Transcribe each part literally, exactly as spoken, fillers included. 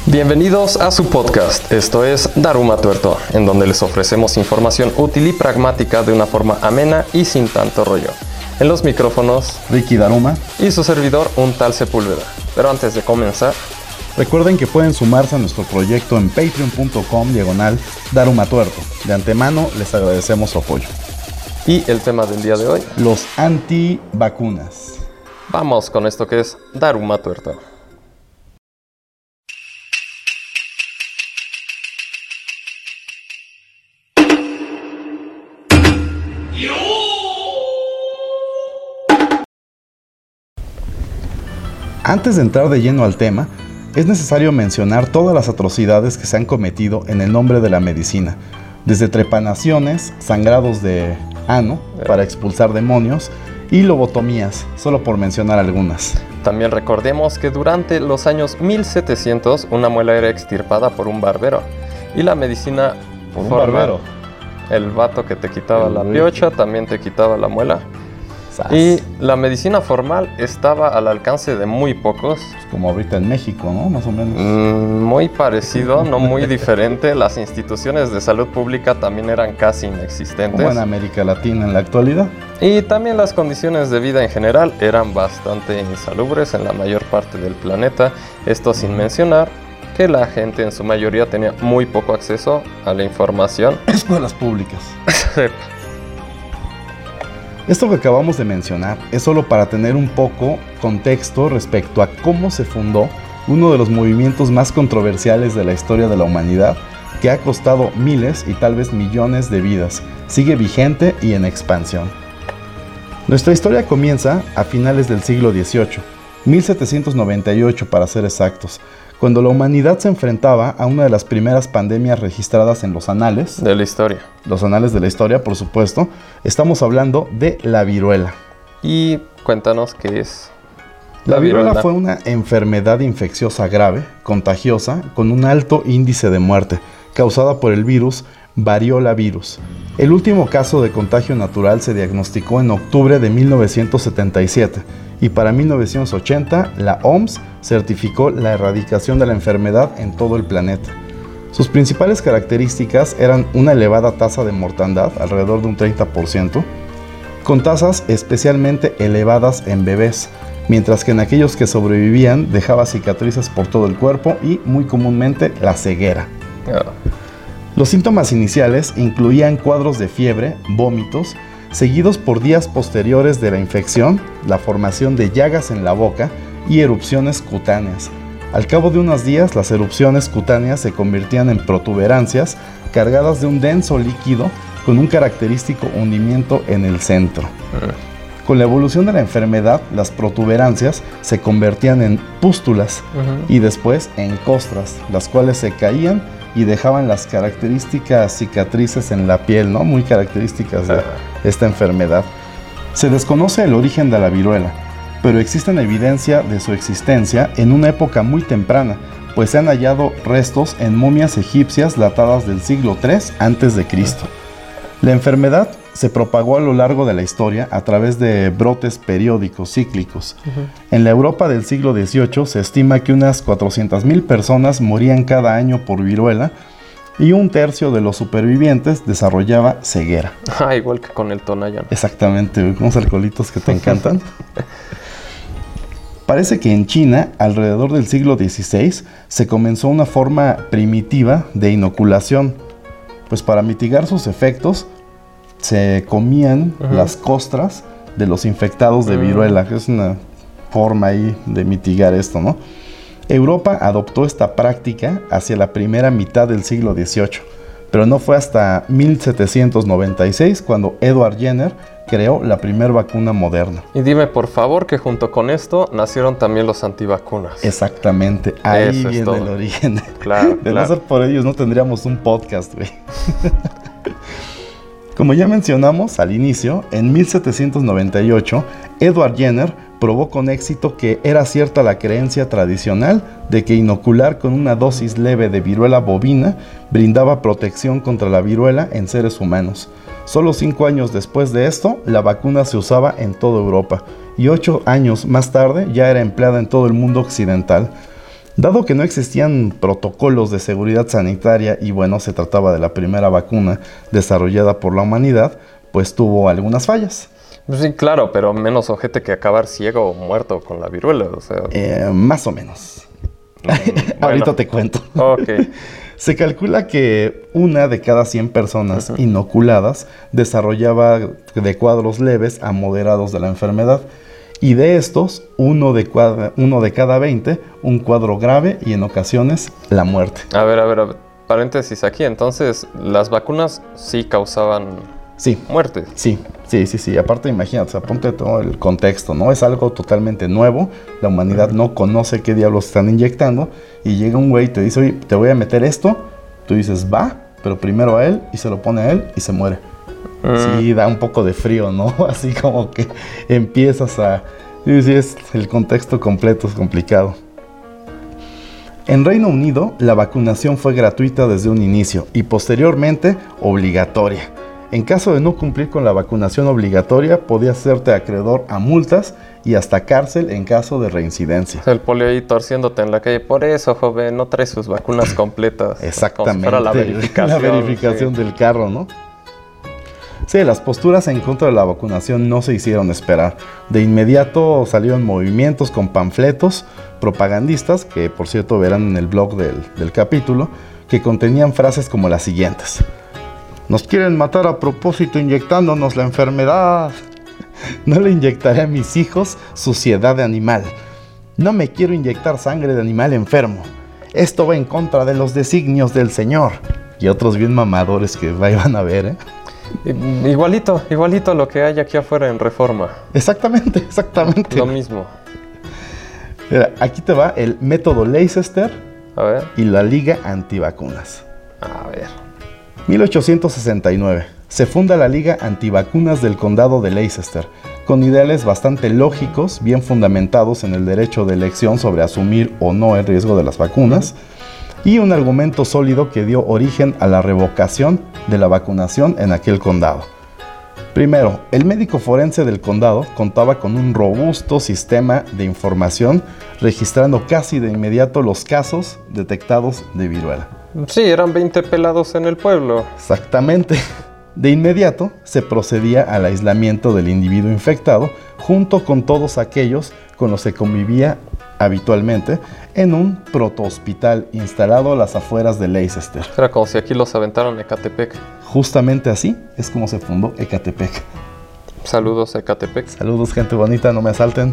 Bienvenidos a su podcast, esto es Daruma Tuerto, en donde les ofrecemos información útil y pragmática de una forma amena y sin tanto rollo. En los micrófonos, Ricky Daruma y su servidor, un tal Sepúlveda. Pero antes de comenzar, recuerden que pueden sumarse a nuestro proyecto en patreon punto com diagonal Daruma Tuerto. De antemano les agradecemos su apoyo. Y el tema del día de hoy, los antivacunas. Vamos con esto que es Daruma Tuerto. Antes de entrar de lleno al tema, es necesario mencionar todas las atrocidades que se han cometido en el nombre de la medicina, desde trepanaciones, sangrados de ano para expulsar demonios y lobotomías, solo por mencionar algunas. También recordemos que durante los años mil setecientos una muela era extirpada por un barbero y la medicina ¿Por un formal, barbero? El vato que te quitaba El la güey. piocha también te quitaba la muela. Sas. Y la medicina formal estaba al alcance de muy pocos. Como ahorita en México, ¿no? Más o menos. Mm, muy parecido, no muy diferente. Las instituciones de salud pública también eran casi inexistentes. Como en América Latina en la actualidad. Y también las condiciones de vida en general eran bastante insalubres en la mayor parte del planeta. Esto sin mencionar que la gente en su mayoría tenía muy poco acceso a la información. Escuelas públicas. Esto que acabamos de mencionar es solo para tener un poco contexto respecto a cómo se fundó uno de los movimientos más controversiales de la historia de la humanidad, que ha costado miles y tal vez millones de vidas. Sigue vigente y en expansión. Nuestra historia comienza a finales del siglo dieciocho, mil setecientos noventa y ocho para ser exactos, cuando la humanidad se enfrentaba a una de las primeras pandemias registradas en los anales. De la historia. Los anales de la historia, por supuesto. Estamos hablando de la viruela. Y cuéntanos qué es. La viruela fue una enfermedad infecciosa grave, contagiosa, con un alto índice de muerte, causada por el virus variola virus. El último caso de contagio natural se diagnosticó en octubre de mil novecientos setenta y siete y para mil novecientos ochenta la O M S certificó la erradicación de la enfermedad en todo el planeta. Sus principales características eran una elevada tasa de mortandad, alrededor de un treinta por ciento, con tasas especialmente elevadas en bebés, mientras que en aquellos que sobrevivían dejaba cicatrices por todo el cuerpo y muy comúnmente la ceguera. Oh. Los síntomas iniciales incluían cuadros de fiebre, vómitos, seguidos por días posteriores de la infección, la formación de llagas en la boca y erupciones cutáneas. Al cabo de unos días, las erupciones cutáneas se convertían en protuberancias cargadas de un denso líquido con un característico hundimiento en el centro. Uh. Con la evolución de la enfermedad, las protuberancias se convertían en pústulas Uh-huh. y después en costras, las cuales se caían y dejaban las características cicatrices en la piel, ¿no? Muy características de esta enfermedad. Se desconoce el origen de la viruela, pero existen evidencia de su existencia en una época muy temprana, pues se han hallado restos en momias egipcias datadas del siglo tres antes de Cristo. La enfermedad se propagó a lo largo de la historia a través de brotes periódicos cíclicos. Uh-huh. En la Europa del siglo dieciocho se estima que unas cuatrocientas mil personas morían cada año por viruela y un tercio de los supervivientes desarrollaba ceguera. Ah, igual que con el Tonayán. Exactamente, unos alcoholitos que te encantan. Parece que en China, alrededor del siglo dieciséis, se comenzó una forma primitiva de inoculación, pues para mitigar sus efectos, se comían uh-huh. las costras de los infectados de viruela, que es una forma ahí de mitigar esto, ¿no? Europa adoptó esta práctica hacia la primera mitad del siglo dieciocho, pero no fue hasta mil setecientos noventa y seis cuando Edward Jenner creó la primera vacuna moderna. Y dime por favor que junto con esto nacieron también los antivacunas. Exactamente, ahí Eso es viene todo. el origen. Claro, de claro. no ser por ellos no tendríamos un podcast, güey. Como ya mencionamos al inicio, en mil setecientos noventa y ocho, Edward Jenner probó con éxito que era cierta la creencia tradicional de que inocular con una dosis leve de viruela bovina brindaba protección contra la viruela en seres humanos. Solo cinco años después de esto, la vacuna se usaba en toda Europa y ocho años más tarde ya era empleada en todo el mundo occidental. Dado que no existían protocolos de seguridad sanitaria y bueno, se trataba de la primera vacuna desarrollada por la humanidad, pues tuvo algunas fallas. Sí, claro, pero menos ojete que acabar ciego o muerto con la viruela, o sea... Eh, más o menos. Mm, bueno. Ahorita te cuento. Ok. Se calcula que una de cada cien personas uh-huh. inoculadas desarrollaba de cuadros leves a moderados de la enfermedad. Y de estos, uno de, cuadra, uno de cada veinte, un cuadro grave y en ocasiones la muerte. A ver, a ver, a ver, paréntesis aquí. Entonces, ¿las vacunas sí causaban sí. muerte? Sí, sí, sí, sí. Aparte, imagínate, o sea, ponte todo el contexto, ¿no? Es algo totalmente nuevo. La humanidad no conoce qué diablos están inyectando. Y llega un güey y te dice, oye, te voy a meter esto. Tú dices, va, pero primero a él y se lo pone a él y se muere. Sí, da un poco de frío, ¿no? Así como que empiezas a... Sí, sí, es el contexto completo, es complicado. En Reino Unido, la vacunación fue gratuita desde un inicio y posteriormente obligatoria. En caso de no cumplir con la vacunación obligatoria, podías hacerte acreedor a multas y hasta cárcel en caso de reincidencia. El polio ahí torciéndote en la calle. Por eso, joven, no trae sus vacunas completas. Exactamente. Como si fuera la verificación. La verificación sí. del carro, ¿no? Sí, las posturas en contra de la vacunación no se hicieron esperar. De inmediato salieron movimientos con panfletos propagandistas, que por cierto verán en el blog del, del capítulo, que contenían frases como las siguientes. Nos quieren matar a propósito inyectándonos la enfermedad. No le inyectaré a mis hijos suciedad de animal. No me quiero inyectar sangre de animal enfermo. Esto va en contra de los designios del Señor. Y otros bien mamadores que vayan a ver, ¿eh? Igualito, igualito a lo que hay aquí afuera en Reforma. Exactamente, exactamente. Lo mismo. Mira, aquí te va el método Leicester a ver. Y la Liga Antivacunas. A ver. mil ochocientos sesenta y nueve. Se funda la Liga Antivacunas del Condado de Leicester, con ideales bastante lógicos, bien fundamentados en el derecho de elección sobre asumir o no el riesgo de las vacunas. Uh-huh. Y un argumento sólido que dio origen a la revocación de la vacunación en aquel condado. Primero, el médico forense del condado contaba con un robusto sistema de información, registrando casi de inmediato los casos detectados de viruela. Sí, eran veinte pelados en el pueblo. Exactamente. De inmediato se procedía al aislamiento del individuo infectado, junto con todos aquellos con los que convivía habitualmente en un protohospital instalado a las afueras de Leicester. Era como si aquí los aventaron a Ecatepec. Justamente así es como se fundó Ecatepec. Saludos a Ecatepec. Saludos, gente bonita, no me asalten.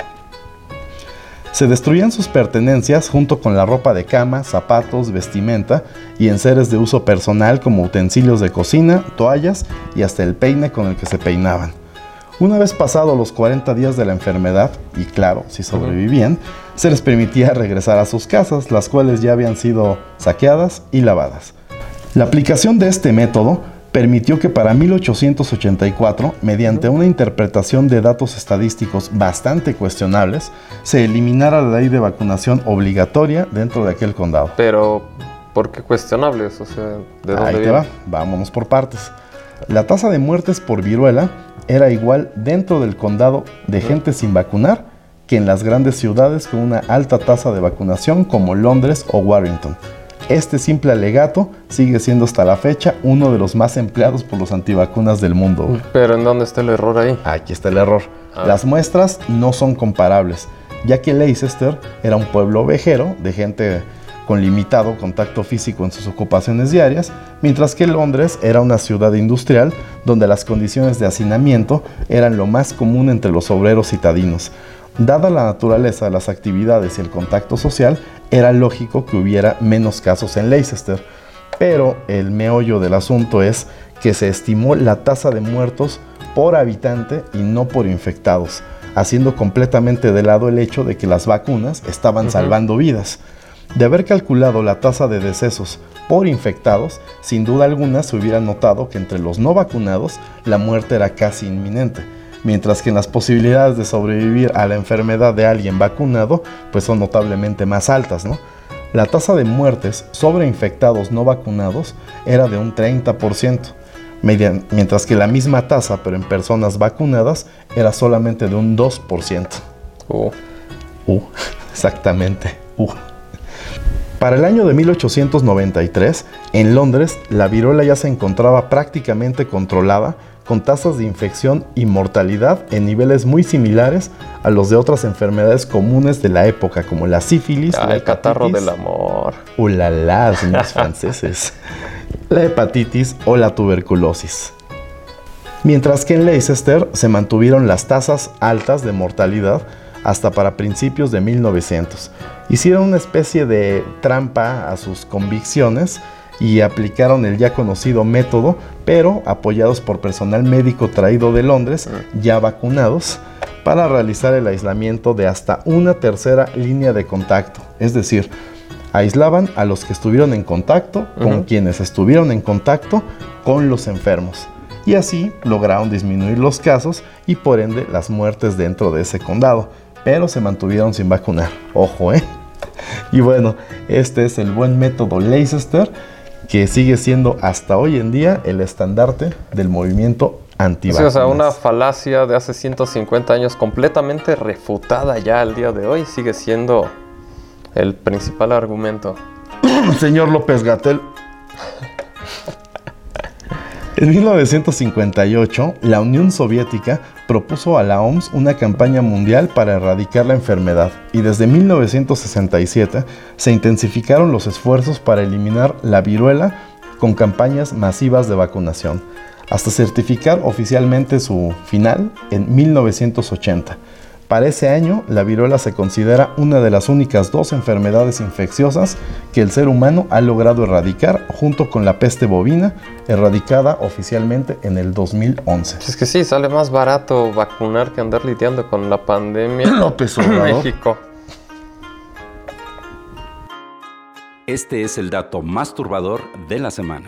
Se destruían sus pertenencias junto con la ropa de cama, zapatos, vestimenta y enseres de uso personal como utensilios de cocina, toallas y hasta el peine con el que se peinaban. Una vez pasados los cuarenta días de la enfermedad, y claro, si sobrevivían, uh-huh. se les permitía regresar a sus casas, las cuales ya habían sido saqueadas y lavadas. La aplicación de este método permitió que para mil ochocientos ochenta y cuatro, mediante una interpretación de datos estadísticos bastante cuestionables, se eliminara la ley de vacunación obligatoria dentro de aquel condado. Pero, ¿por qué cuestionables? O sea, ¿de dónde Ahí te viene? va, vámonos por partes. La tasa de muertes por viruela era igual dentro del condado de gente sin vacunar que en las grandes ciudades con una alta tasa de vacunación como Londres o Warrington. Este simple alegato sigue siendo hasta la fecha uno de los más empleados por los antivacunas del mundo. ¿Pero en dónde está el error ahí? Aquí está el error. Ah. Las muestras no son comparables, ya que Leicester era un pueblo ovejero de gente con limitado contacto físico en sus ocupaciones diarias, mientras que Londres era una ciudad industrial donde las condiciones de hacinamiento eran lo más común entre los obreros citadinos. Dada la naturaleza de las actividades y el contacto social, era lógico que hubiera menos casos en Leicester, pero el meollo del asunto es que se estimó la tasa de muertos por habitante y no por infectados, haciendo completamente de lado el hecho de que las vacunas estaban uh-huh. salvando vidas. De haber calculado la tasa de decesos por infectados, sin duda alguna se hubiera notado que entre los no vacunados la muerte era casi inminente, mientras que en las posibilidades de sobrevivir a la enfermedad de alguien vacunado, pues son notablemente más altas, ¿no? La tasa de muertes sobre infectados no vacunados era de un treinta por ciento, mientras que la misma tasa, pero en personas vacunadas, era solamente de un dos por ciento. Uh. Uh, exactamente. Uh. Para el año de mil ochocientos noventa y tres, en Londres, la viruela ya se encontraba prácticamente controlada, con tasas de infección y mortalidad en niveles muy similares a los de otras enfermedades comunes de la época, como la sífilis, ah, la el catarro del amor, ulala, señores franceses, la hepatitis o la tuberculosis. Mientras que en Leicester se mantuvieron las tasas altas de mortalidad hasta para principios de mil novecientos. Hicieron una especie de trampa a sus convicciones y aplicaron el ya conocido método, pero apoyados por personal médico traído de Londres, ya vacunados, para realizar el aislamiento de hasta una tercera línea de contacto. Es decir, aislaban a los que estuvieron en contacto con uh-huh. quienes estuvieron en contacto con los enfermos. Y así lograron disminuir los casos y por ende las muertes dentro de ese condado. Pero se mantuvieron sin vacunar. Ojo, ¿eh? Y bueno, este es el buen método Leicester, que sigue siendo hasta hoy en día el estandarte del movimiento antivacunas. Sí, o sea, una falacia de hace ciento cincuenta años completamente refutada ya al día de hoy, sigue siendo el principal argumento. Señor López-Gatell. En mil novecientos cincuenta y ocho, la Unión Soviética propuso a la O M S una campaña mundial para erradicar la enfermedad y desde mil novecientos sesenta y siete se intensificaron los esfuerzos para eliminar la viruela con campañas masivas de vacunación, hasta certificar oficialmente su final en mil novecientos ochenta. Para ese año, la viruela se considera una de las únicas dos enfermedades infecciosas que el ser humano ha logrado erradicar, junto con la peste bovina, erradicada oficialmente en el dos mil once. Es que sí, sale más barato vacunar que andar lidiando con la pandemia López en Obrador. México. Este es el dato más turbador de la semana.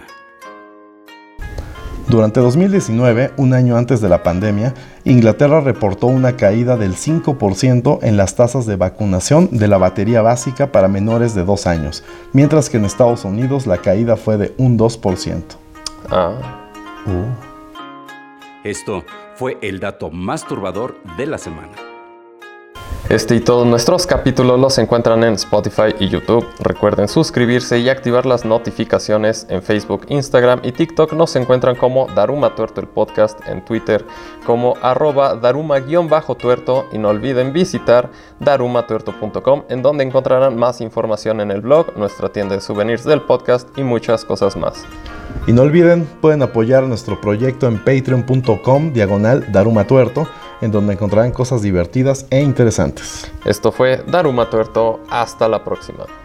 Durante dos mil diecinueve, un año antes de la pandemia, Inglaterra reportó una caída del cinco por ciento en las tasas de vacunación de la batería básica para menores de dos años, mientras que en Estados Unidos la caída fue de un dos por ciento. Ah. Uh. Esto fue el dato más turbador de la semana. Este y todos nuestros capítulos los encuentran en Spotify y YouTube. Recuerden suscribirse y activar las notificaciones en Facebook, Instagram y TikTok. Nos encuentran como Daruma Tuerto el podcast, en Twitter como arroba daruma-tuerto y no olviden visitar daruma tuerto punto com, en donde encontrarán más información en el blog, nuestra tienda de souvenirs del podcast y muchas cosas más. Y no olviden, pueden apoyar nuestro proyecto en patreon punto com diagonal Daruma Tuerto, en donde encontrarán cosas divertidas e interesantes. Esto fue Daruma Tuerto, hasta la próxima.